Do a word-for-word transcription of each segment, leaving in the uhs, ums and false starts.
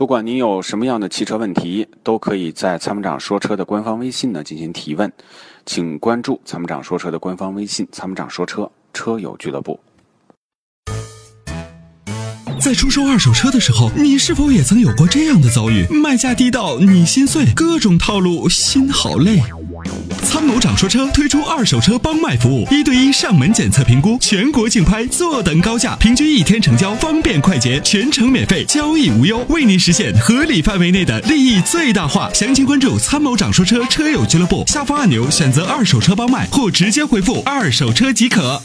不管您有什么样的汽车问题，都可以在参谋长说车的官方微信呢进行提问，请关注参谋长说车的官方微信参谋长说车车友俱乐部。 在出售二手车的时候，你是否也曾有过这样的遭遇？卖价低到你心碎，各种套路，心好累。参谋长说车推出二手车帮卖服务，一对一上门检测评估，全国竞拍，坐等高价，平均一天成交，方便快捷，全程免费，交易无忧，为您实现合理范围内的利益最大化。详情关注参谋长说车车友俱乐部下方按钮，选择二手车帮卖，或直接回复二手车即可。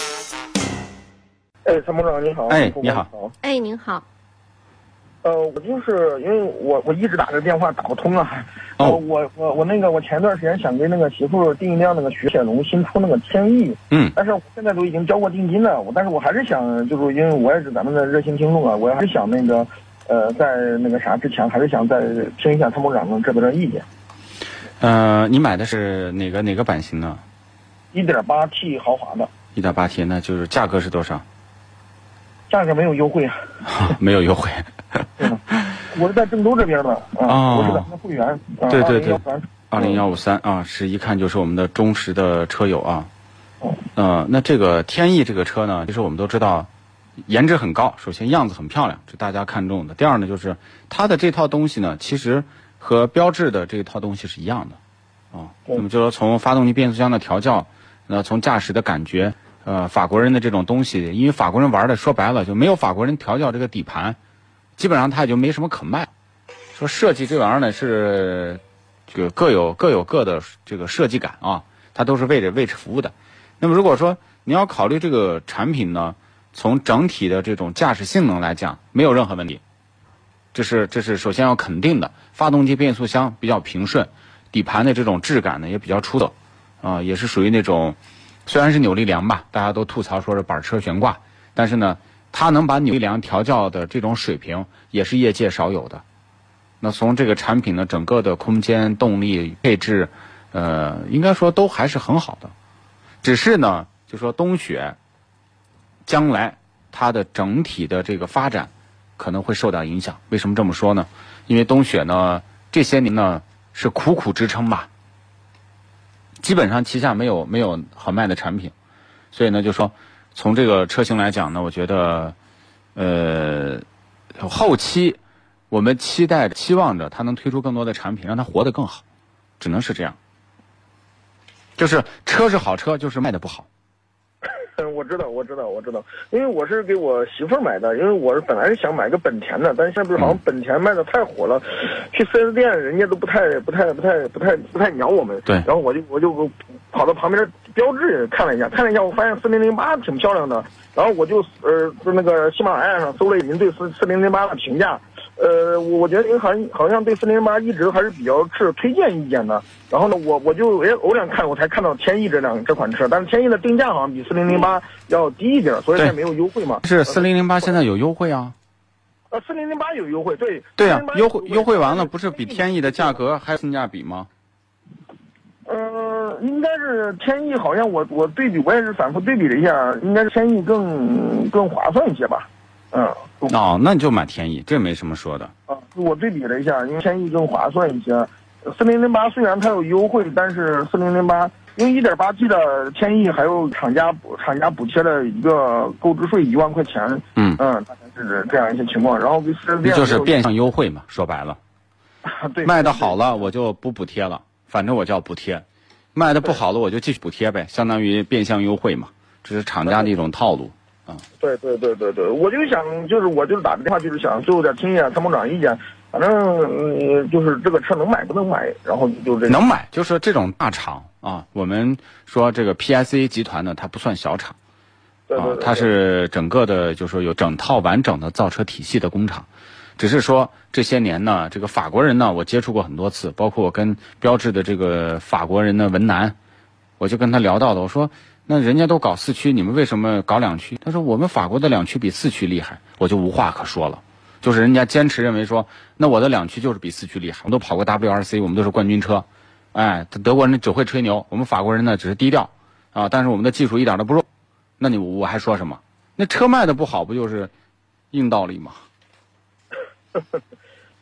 哎，参谋长你好。 哎，你好。 哎，您好。 呃，我就是因为我我一直打这个电话打不通啊。 哦。 呃、我我我那个我前段时间想给那个媳妇订一辆那个雪铁龙新出那个天翼。 嗯。 但是我现在都已经交过定金了，我但是我还是想，就是因为我也是咱们的热心听众啊，我还是想那个呃在那个啥之前，还是想再听一下参谋长的这边的意见。 呃，你买的是哪个哪个版型呢？ 一点八 T 豪华的。 一点八 T， 那就是价格是多少？ 价格没有优惠啊。 没有优惠。 嗯，我是在郑州这边的啊， 哦、 我是咱们的会员。啊、 对对对，二零幺五五三啊，是一看就是我们的忠实的车友啊。哦。呃，那这个天翼这个车呢，其实我们都知道，颜值很高，首先样子很漂亮，是大家看中的。第二呢，就是它的这套东西呢，其实和标致的这套东西是一样的。啊，那么就说从发动机变速箱的调教，那从驾驶的感觉。呃，法国人的这种东西，因为法国人玩的说白了就没有法国人调教这个底盘，基本上他也就没什么可卖。说设计这玩意儿呢是这个各有各有各的这个设计感啊，它都是为着为着服务的。那么如果说你要考虑这个产品呢，从整体的这种驾驶性能来讲，没有任何问题。这是这是首先要肯定的，发动机变速箱比较平顺，底盘的这种质感呢也比较出色，啊、呃，也是属于那种。虽然是扭力梁吧，大家都吐槽说是板车悬挂，但是呢，它能把扭力梁调教的这种水平，也是业界少有的。那从这个产品呢，整个的空间、动力、配置，呃，应该说都还是很好的。只是呢，就说东雪将来它的整体的这个发展可能会受到影响。为什么这么说呢？因为东雪呢这些年呢是苦苦支撑吧。基本上旗下没有没有好卖的产品，所以呢，就说从这个车型来讲呢，我觉得，呃，后期我们期待期望着它能推出更多的产品，让它活得更好，只能是这样。就是车是好车，就是卖的不好。 嗯，我知道，我知道，我知道，因为我是给我媳妇儿买的，因为我是本来是想买个本田的，但是现在不是好像本田卖的太火了，嗯、去四 S 店人家都不太、不太、不太、不太、不太鸟我们。 对。 然后我就我就跑到旁边的标致看了一下，看了一下，我发现四零零八挺漂亮的，然后我就呃在那个喜马拉雅上搜了您对四四零零八的评价。呃，我我觉得您好像好像对四零零八一直还是比较持推荐意见的。然后呢，我我就哎偶然看我才看到天翼这辆这款车，但是天翼的定价好像比四零零八要低一点，所以现在没有优惠嘛。 是四零零八现在有优惠啊。 呃，四零零八有优惠，对。 对啊，优惠优惠完了，不是比天翼的价格还性价比吗？ 呃，应该是天翼，好像我我对比，我也是反复对比了一下，应该是天翼更更划算一些吧。嗯。 哦，那你就买天翼，这没什么说的。 啊，我对比了一下，因为天翼更划算一些。四零零八虽然它有优惠，但是四零零八因为 一点八 T 的天翼还有厂家厂家补贴的一个购置税一万块钱。嗯嗯，大概是这样一些情况。然后四 S 店就是变相优惠嘛，说白了。 对， 卖的好了我就不补贴了，反正我叫补贴；卖的不好了我就继续补贴呗，相当于变相优惠嘛，这是厂家的一种套路。啊， 对对对对对，我就想，就是我就是打个电话，就是想最后再听一下参谋长意见。反正、嗯、就是这个车能买不能买，然后就这能买，就是这种大厂啊。我们说这个 P S A 集团呢，它不算小厂， 对对对对， 啊，它是整个的，就是说有整套完整的造车体系的工厂。只是说这些年呢，这个法国人呢，我接触过很多次，包括我跟标致的这个法国人的文南，我就跟他聊到的，我说。那人家都搞四驱，你们为什么搞两驱？他说我们法国的两驱比四驱厉害，我就无话可说了。就是人家坚持认为说，那我的两驱就是比四驱厉害。我们都跑过 W R C， 我们都是冠军车，哎，德国人只会吹牛，我们法国人呢只是低调啊，但是我们的技术一点都不弱。那你我还说什么？那车卖的不好，不就是硬道理吗？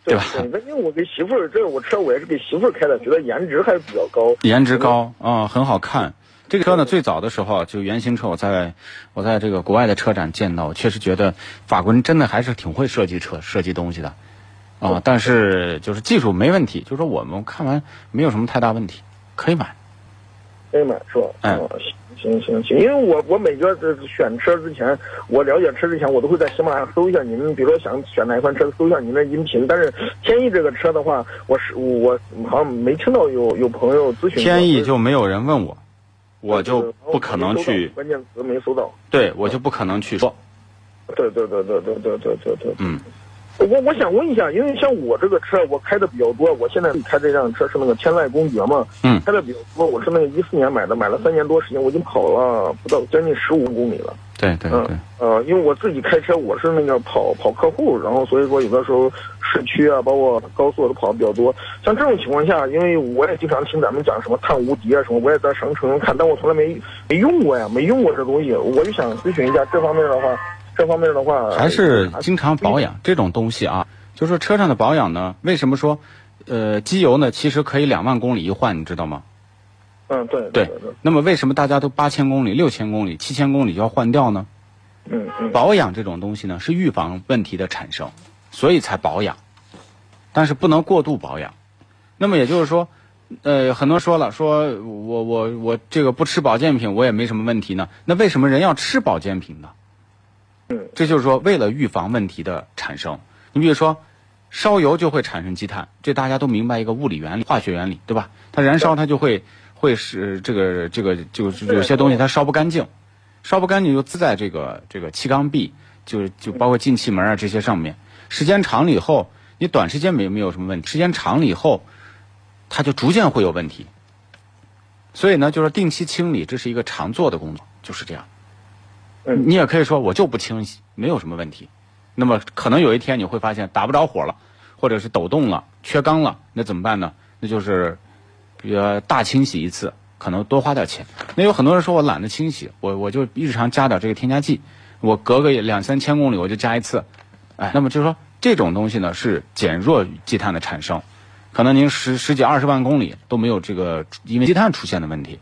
对吧？ 对，因为我给媳妇儿，这我车我也是给媳妇儿开的，觉得颜值还是比较高。 颜值高啊、嗯，很好看。这个车呢，最早的时候就原型车，我在我在这个国外的车展见到，我确实觉得法国人真的还是挺会设计车、设计东西的啊、呃。但是就是技术没问题，就是说我们看完没有什么太大问题，可以买， 可以买是吧？ 嗯， 哦、行行行，因为我我每个选车之前，我了解车之前，我都会在喜马拉雅搜一下您，比如说想选哪一款车，搜一下您的音频。但是天翼这个车的话，我是我好像没听到有有朋友咨询。 天翼就没有人问我。我就不可能去关键词没搜到， 对我就不可能去说。 对对对对对对对对对。 嗯， 我我想问一下，因为像我这个车，我开的比较多。我现在开这辆车是那个天籁公爵嘛， 嗯， 开的比较多。我是那个一四年买的，买了三年多时间，我已经跑了不到将近十五公里了。 对对对。 嗯呃，因为我自己开车，我是那个跑跑客户，然后所以说有的时候市区啊，包括高速都跑的比较多。像这种情况下，因为我也经常听咱们讲什么碳无敌啊什么，我也在长城中看，但我从来没没用过呀，没用过这东西，我就想咨询一下这方面的话，这方面的话还是经常保养这种东西啊。就是说车上的保养呢，为什么说，呃，机油呢其实可以两万公里一换，你知道吗？ 嗯，对对对。那么为什么大家都八千公里、六千公里、七千公里就要换掉呢？ 嗯嗯。 保养这种东西呢，是预防问题的产生，所以才保养，但是不能过度保养。那么也就是说，呃，很多人说了，说我我我这个不吃保健品，我也没什么问题呢。那为什么人要吃保健品呢？ 嗯， 这就是说，为了预防问题的产生。你比如说，烧油就会产生积碳，这大家都明白一个物理原理、化学原理，对吧？它燃烧它就会会使这个这个就是有些东西它烧不干净，烧不干净就滋在这个这个气缸壁，就就包括进气门啊这些上面。时间长了以后，你短时间没没有什么问题，时间长了以后，它就逐渐会有问题。所以呢，就是定期清理，这是一个常做的工作，就是这样。 嗯， 你也可以说我就不清洗，没有什么问题。那么可能有一天你会发现打不着火了，或者是抖动了、缺缸了，那怎么办呢？那就是比如大清洗一次，可能多花点钱。那有很多人说我懒得清洗，我我就日常加点这个添加剂，我隔个两三千公里我就加一次。哎，那么就是说这种东西呢是减弱积碳的产生，可能您十十几二十万公里都没有这个因为积碳出现的问题，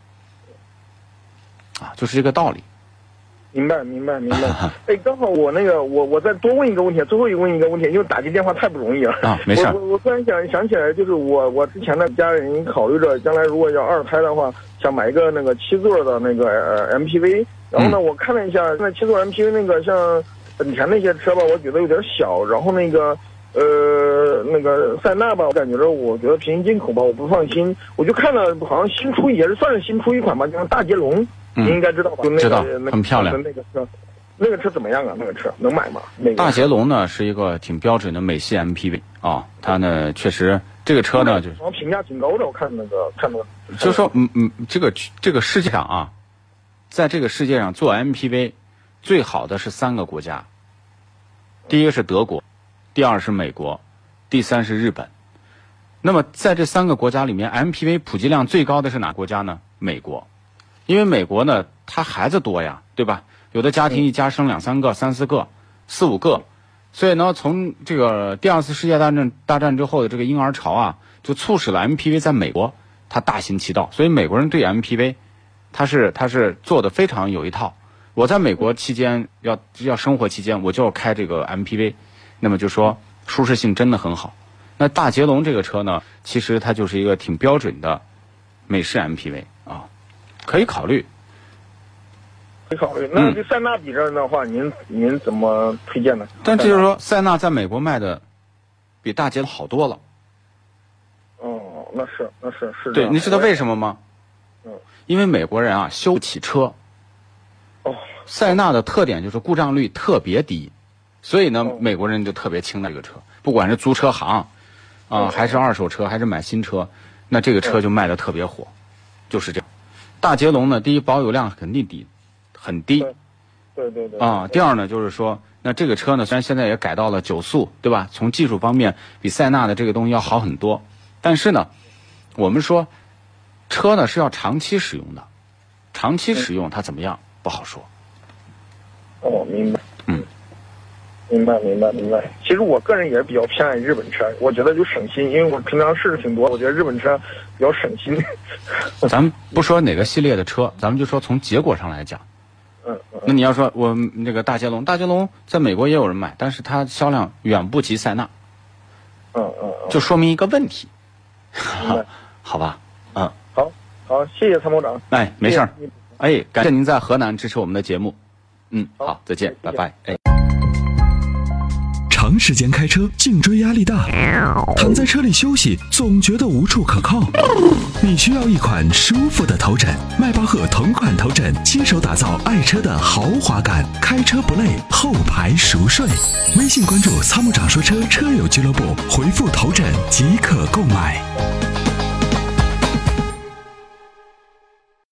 啊，就是这个道理。 明白，明白，明白。哎，刚好我那个，我我再多问一个问题，最后一个问一个问题，因为打接电话太不容易了。 啊，没事。 我我我突然想想起来，就是我我之前的家人考虑着将来如果要二胎的话，想买一个那个七座的那个呃 M P V。然后呢， 嗯、 我看了一下，现在七座 M P V 那个像本田那些车吧，我觉得有点小。然后那个呃那个塞纳吧，我感觉着我觉得平行进口吧，我不放心。我就看了，好像新出也是算是新出一款吧，叫大捷龙。 嗯、 你应该知道吧？就那个、 知道， 那个、 很漂亮。 那个车，那个车怎么样啊？那个车能买吗？那个大捷龙呢是一个挺标准的美系 M P V 啊，它呢确实这个车呢就是评价挺高的，我看那个看那个。 就是说，嗯嗯，这个这个世界上啊，在这个世界上做 M P V 最好的是三个国家，第一个是德国，第二是美国，第三是日本。那么在这三个国家里面 ，M P V 普及量最高的是哪国家呢？美国。因为美国呢，它孩子多呀，对吧？有的家庭一家生两三个、三四个、四五个，所以呢，从这个第二次世界大战大战之后的这个婴儿潮啊，就促使了 M P V 在美国它大行其道。所以美国人对 M P V， 它是它是做的非常有一套。我在美国期间要要生活期间，我就要开这个 M P V， 那么就说舒适性真的很好。那大捷龙这个车呢，其实它就是一个挺标准的美式 M P V 啊。可以考虑， 可以考虑。那这塞纳比这的话，您您怎么推荐呢？ 但这就是说，塞纳在美国卖的比大捷龙好多了。 哦，那是那是是。 对，你知道为什么吗？ 嗯， 因为美国人啊修不起车。 哦。 塞纳的特点就是故障率特别低，所以呢，哦、美国人就特别青睐这个车，不管是租车行啊、呃，还是二手车，还是买新车，那这个车就卖的特别火，就是这样。大捷龙呢，第一保有量肯定低，很低， 对对对啊。第二呢，就是说，那这个车呢，虽然现在也改到了九速，对吧？从技术方面比塞纳的这个东西要好很多，但是呢，我们说车呢是要长期使用的，长期使用它怎么样不好说。 哦，明白。 嗯， 明白明白明白。其实我个人也比较偏爱日本车，我觉得就省心，因为我平常试的挺多，我觉得日本车比较省心。 咱们不说哪个系列的车，咱们就说从结果上来讲。 嗯嗯。 那你要说我那个大捷龙，大捷龙在美国也有人买，但是它销量远不及塞纳。 嗯嗯。 就说明一个问题。 明白。 好吧。嗯。 好，好，谢谢参谋长。 哎，没事儿。哎，感谢您在河南支持我们的节目。嗯，好，再见，拜拜。哎。 长时间开车，颈椎压力大，躺在车里休息，总觉得无处可靠。你需要一款舒服的头枕，迈巴赫同款头枕，亲手打造爱车的豪华感，开车不累，后排熟睡。微信关注参谋长说车车友俱乐部，回复头枕即可购买。